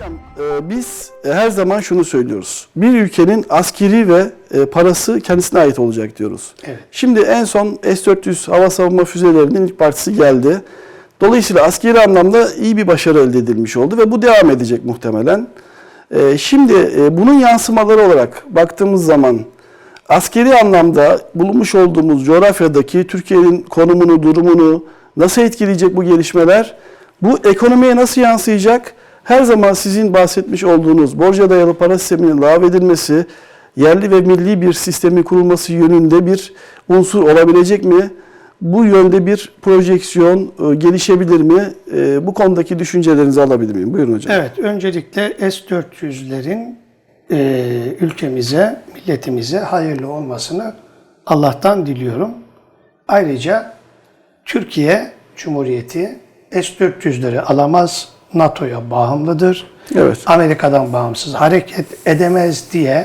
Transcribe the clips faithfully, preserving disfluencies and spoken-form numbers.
Hocam e, biz e, her zaman şunu söylüyoruz. Bir ülkenin askeri ve e, parası kendisine ait olacak diyoruz. Evet. Şimdi en son S dört yüz hava savunma füzelerinin ilk partisi geldi. Dolayısıyla askeri anlamda iyi bir başarı elde edilmiş oldu ve bu devam edecek muhtemelen. E, şimdi e, bunun yansımaları olarak baktığımız zaman askeri anlamda bulunmuş olduğumuz coğrafyadaki Türkiye'nin konumunu, durumunu nasıl etkileyecek bu gelişmeler? Bu ekonomiye nasıl yansıyacak? Her zaman sizin bahsetmiş olduğunuz borca dayalı para sisteminin lağvedilmesi, yerli ve milli bir sistemin kurulması yönünde bir unsur olabilecek mi? Bu yönde bir projeksiyon e, gelişebilir mi? E, bu konudaki düşüncelerinizi alabilir miyim? Buyurun hocam. Evet, öncelikle S dört yüzlerin e, ülkemize, milletimize hayırlı olmasını Allah'tan diliyorum. Ayrıca Türkiye Cumhuriyeti S dört yüzleri alamaz, NATO'ya bağımlıdır. Evet. Amerika'dan bağımsız hareket edemez diye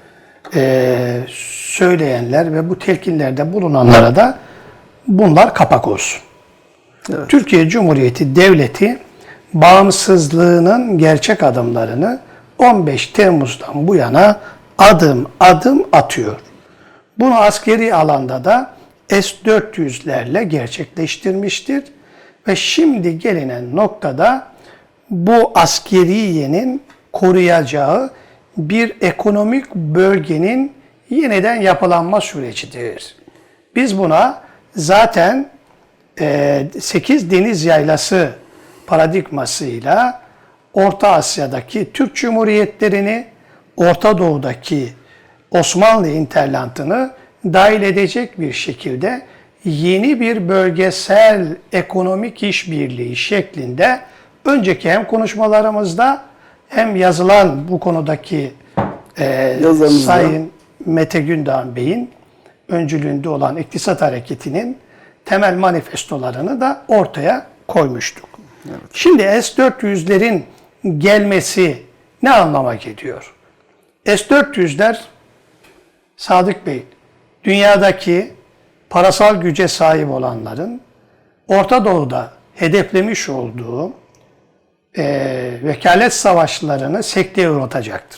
e, söyleyenler ve bu telkinlerde bulunanlara da bunlar kapak olsun. Evet. Türkiye Cumhuriyeti Devleti bağımsızlığının gerçek adımlarını on beş Temmuz'dan bu yana adım adım atıyor. Bunu askeri alanda da S dört yüzlerle gerçekleştirmiştir. Ve şimdi gelinen noktada bu askeriyenin koruyacağı bir ekonomik bölgenin yeniden yapılanma sürecidir. Biz buna zaten sekiz deniz yaylası paradigmasıyla Orta Asya'daki Türk Cumhuriyetlerini, Orta Doğu'daki Osmanlı hinterlandını dahil edecek bir şekilde yeni bir bölgesel ekonomik işbirliği şeklinde önceki hem konuşmalarımızda hem yazılan bu konudaki e, Sayın Mete Gündağ Bey'in öncülüğünde olan İktisat Hareketi'nin temel manifestolarını da ortaya koymuştuk. Evet. Şimdi S dört yüzlerin gelmesi ne anlama geliyor? S dört yüzler Sadık Bey, dünyadaki parasal güce sahip olanların Orta Doğu'da hedeflemiş olduğu e, vekalet savaşlarını sekteye uğratacaktır.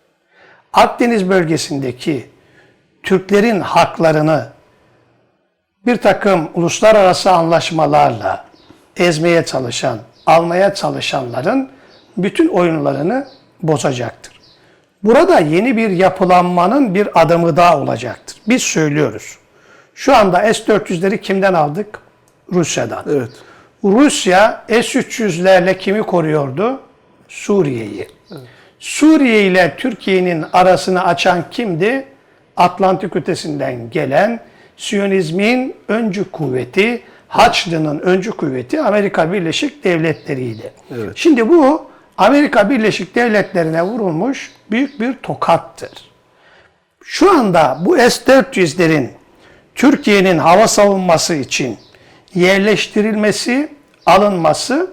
Akdeniz bölgesindeki Türklerin haklarını bir takım uluslararası anlaşmalarla ezmeye çalışan, almaya çalışanların bütün oyunlarını bozacaktır. Burada yeni bir yapılanmanın bir adımı daha olacaktır. Biz söylüyoruz. Şu anda S dört yüzleri kimden aldık? Rusya'dan. Evet. Rusya S üç yüzlerle kimi koruyordu? Suriye'yi. Evet. Suriye ile Türkiye'nin arasını açan kimdi? Atlantik ötesinden gelen Siyonizmin öncü kuvveti, Haçlı'nın öncü kuvveti Amerika Birleşik Devletleri'ydi. Evet. Şimdi bu Amerika Birleşik Devletleri'ne vurulmuş büyük bir tokattır. Şu anda bu S dört yüzlerin Türkiye'nin hava savunması için yerleştirilmesi, alınması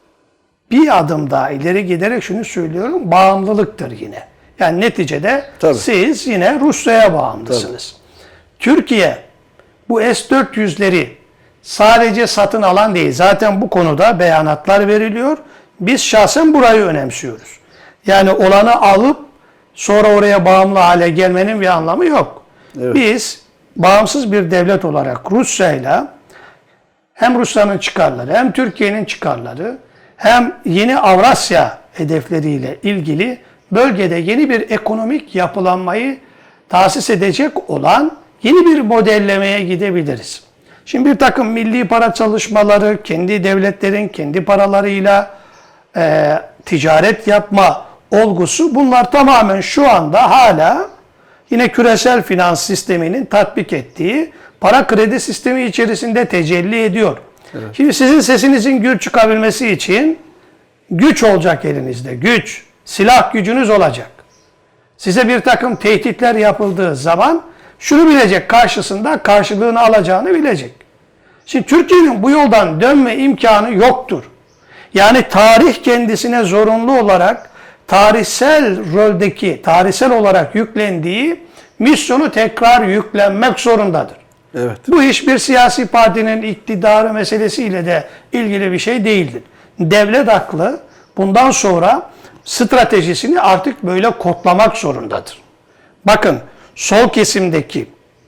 bir adım daha ileri giderek şunu söylüyorum, bağımlılıktır yine. Yani neticede Tabii. siz yine Rusya'ya bağımlısınız. Tabii. Türkiye bu S dört yüzleri sadece satın alan değil. Zaten bu konuda beyanatlar veriliyor. Biz şahsen burayı önemsiyoruz. Yani olanı alıp sonra oraya bağımlı hale gelmenin bir anlamı yok. Evet. Biz bağımsız bir devlet olarak Rusya'yla hem Rusya'nın çıkarları hem Türkiye'nin çıkarları hem yeni Avrasya hedefleriyle ilgili bölgede yeni bir ekonomik yapılanmayı tahsis edecek olan yeni bir modellemeye gidebiliriz. Şimdi bir takım milli para çalışmaları, kendi devletlerin kendi paralarıyla e, ticaret yapma olgusu, bunlar tamamen şu anda hala yine küresel finans sisteminin tatbik ettiği para kredi sistemi içerisinde tecelli ediyor. Evet. Şimdi sizin sesinizin gür çıkabilmesi için güç olacak elinizde, güç, silah gücünüz olacak. Size bir takım tehditler yapıldığı zaman şunu bilecek, karşısında karşılığını alacağını bilecek. Şimdi Türkiye'nin bu yoldan dönme imkanı yoktur. Yani tarih kendisine zorunlu olarak tarihsel roldeki, tarihsel olarak yüklendiği misyonu tekrar yüklenmek zorundadır. Evet. Bu iş bir siyasi partinin iktidarı meselesiyle de ilgili bir şey değildir. Devlet aklı bundan sonra stratejisini artık böyle kodlamak zorundadır. Bakın sol kesimdeki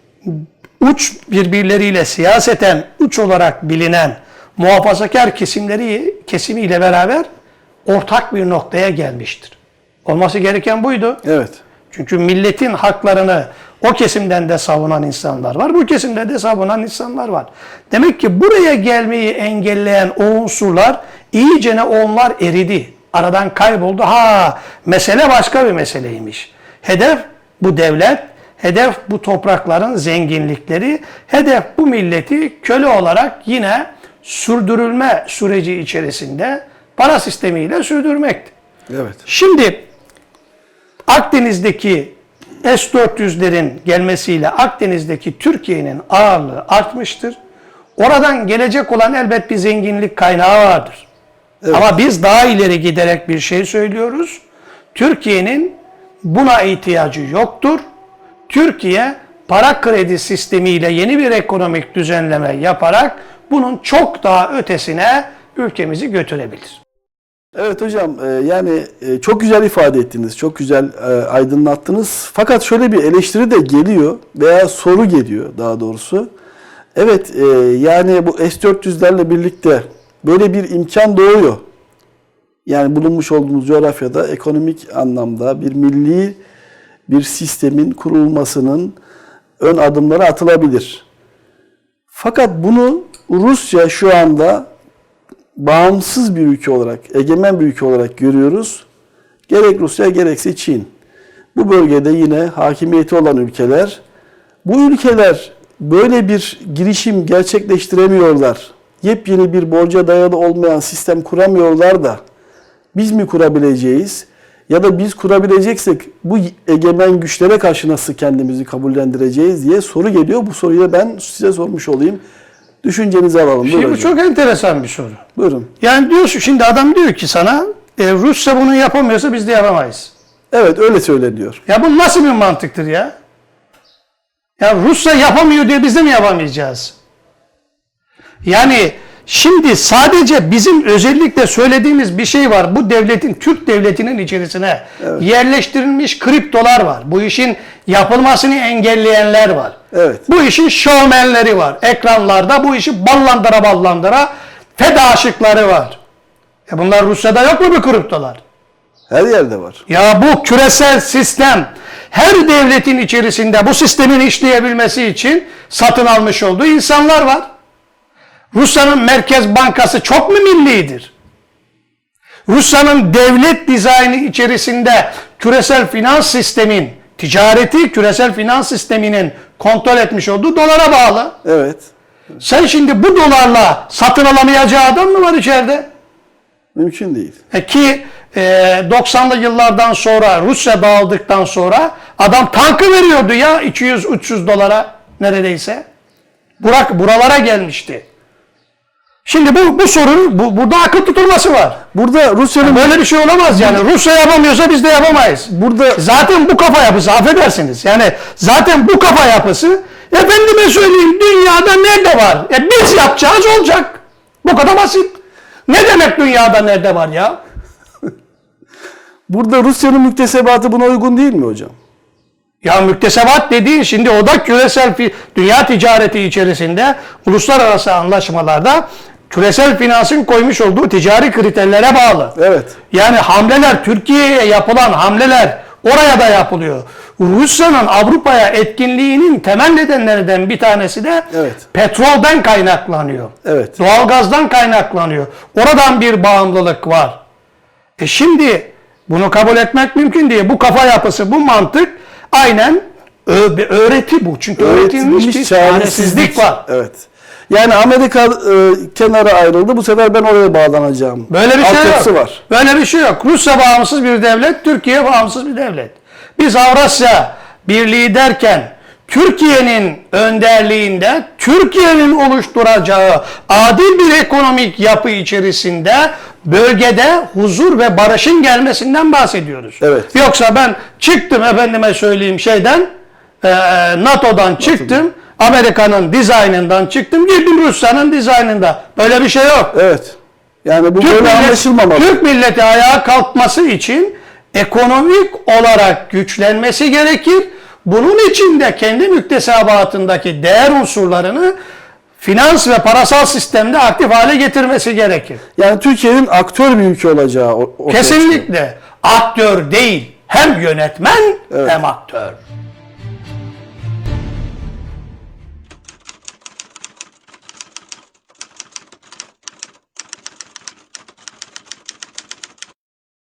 uç birbirleriyle siyaseten uç olarak bilinen muhafazakar kesimleri kesimiyle beraber ortak bir noktaya gelmiştir. Olması gereken buydu. Evet. Çünkü milletin haklarını o kesimden de savunan insanlar var. Bu kesimde de savunan insanlar var. Demek ki buraya gelmeyi engelleyen o unsurlar iyicene onlar eridi. Aradan kayboldu. Ha, mesele başka bir meseleymiş. Hedef bu devlet, hedef bu toprakların zenginlikleri, hedef bu milleti köle olarak yine sürdürülme süreci içerisinde para sistemiyle sürdürmekti. Evet. Şimdi Akdeniz'deki S dört yüzlerin gelmesiyle Akdeniz'deki Türkiye'nin ağırlığı artmıştır. Oradan gelecek olan elbet bir zenginlik kaynağı vardır. Evet. Ama biz daha ileri giderek bir şey söylüyoruz. Türkiye'nin buna ihtiyacı yoktur. Türkiye para kredi sistemiyle yeni bir ekonomik düzenleme yaparak bunun çok daha ötesine ülkemizi götürebilir. Evet hocam, e, yani e, çok güzel ifade ettiniz, çok güzel e, aydınlattınız. Fakat şöyle bir eleştiri de geliyor veya soru geliyor daha doğrusu. Evet, e, yani bu S dört yüzlerle birlikte böyle bir imkan doğuyor. Yani bulunmuş olduğumuz coğrafyada ekonomik anlamda bir milli bir sistemin kurulmasının ön adımları atılabilir. Fakat bunu Rusya şu anda bağımsız bir ülke olarak, egemen bir ülke olarak görüyoruz. Gerek Rusya gerekse Çin. Bu bölgede yine hakimiyeti olan ülkeler. Bu ülkeler böyle bir girişim gerçekleştiremiyorlar. Yepyeni bir borca dayalı olmayan sistem kuramıyorlar da biz mi kurabileceğiz? Ya da biz kurabileceksek bu egemen güçlere karşı nasıl kendimizi kabullendireceğiz diye soru geliyor. Bu soruyu da ben size sormuş olayım. Düşüncenizi alalım. Şimdi bu çok enteresan bir soru. Buyurun. Yani diyorsun, şimdi adam diyor ki sana e, Rusya bunu yapamıyorsa biz de yapamayız. Evet, öyle söyleniyor. Ya bu nasıl bir mantıktır ya? Ya Rusya yapamıyor diye biz de mi yapamayacağız? Yani şimdi sadece bizim özellikle söylediğimiz bir şey var. Bu devletin, Türk devletinin içerisine Evet. yerleştirilmiş kriptolar var. Bu işin yapılmasını engelleyenler var. Evet. Bu işin şovmenleri var. Ekranlarda bu işi ballandıra ballandıra FETÖ aşıkları var. E bunlar Rusya'da yok mu bu kriptolar? Her yerde var. Ya bu küresel sistem her devletin içerisinde bu sistemin işleyebilmesi için satın almış olduğu insanlar var. Rusya'nın Merkez Bankası çok mu millidir? Rusya'nın devlet dizaynı içerisinde küresel finans sistemin, ticareti küresel finans sisteminin kontrol etmiş olduğu dolara bağlı. Evet. Sen şimdi bu dolarla satın alamayacağı adam mı var içeride? Mümkün değil. E ki e, doksanlı yıllardan sonra Rusya dağıldıktan sonra adam tankı veriyordu ya iki yüz üç yüz dolara neredeyse. Burak buralara gelmişti. Şimdi bu bu sorun bu, burada akıl tutulması var. Burada Rusya'nın Böyle bir şey olamaz yani. Rusya yapamıyorsa biz de yapamayız. burada Zaten bu kafa yapısı, affedersiniz. Yani zaten bu kafa yapısı, efendime söyleyeyim, dünyada nerede var? E biz yapacağız, olacak. Bu kadar basit. Ne demek dünyada nerede var ya? burada Rusya'nın müktesebatı buna uygun değil mi hocam? Ya müktesebat dediğin şimdi o da küresel fi- dünya ticareti içerisinde uluslararası anlaşmalarda küresel finansın koymuş olduğu ticari kriterlere bağlı. Evet. Yani hamleler, Türkiye'ye yapılan hamleler oraya da yapılıyor. Rusya'nın Avrupa'ya etkinliğinin temel nedenlerinden bir tanesi de Evet. petrolden kaynaklanıyor. Evet. Doğalgazdan kaynaklanıyor. Oradan bir bağımlılık var. E şimdi bunu kabul etmek mümkün değil. Bu kafa yapısı, bu mantık aynen ö- bir öğreti bu. Çünkü öğretilmiş bir çaresizlik var. Evet. Yani Amerika e, kenara ayrıldı. Bu sefer ben oraya bağlanacağım. Böyle bir şey Altyapısı yok. var. Böyle bir şey yok. Rusya bağımsız bir devlet, Türkiye bağımsız bir devlet. Biz Avrasya Birliği derken Türkiye'nin önderliğinde, Türkiye'nin oluşturacağı adil bir ekonomik yapı içerisinde bölgede huzur ve barışın gelmesinden bahsediyoruz. Evet. Yoksa ben çıktım efendime söyleyeyim şeyden, e, NATO'dan çıktım, Amerika'nın dizaynından çıktım, girdim Rusya'nın dizaynında. Böyle bir şey yok. Evet. Yani bu Türk, böyle millet, anlaşılmamalı. Türk milleti ayağa kalkması için ekonomik olarak güçlenmesi gerekir. Bunun için de kendi müktesebatındaki değer unsurlarını finans ve parasal sistemde aktif hale getirmesi gerekir. Yani Türkiye'nin aktör bir ülke olacağı o- ortaya çıkıyor. Kesinlikle aktör değil, hem yönetmen Evet. hem aktör.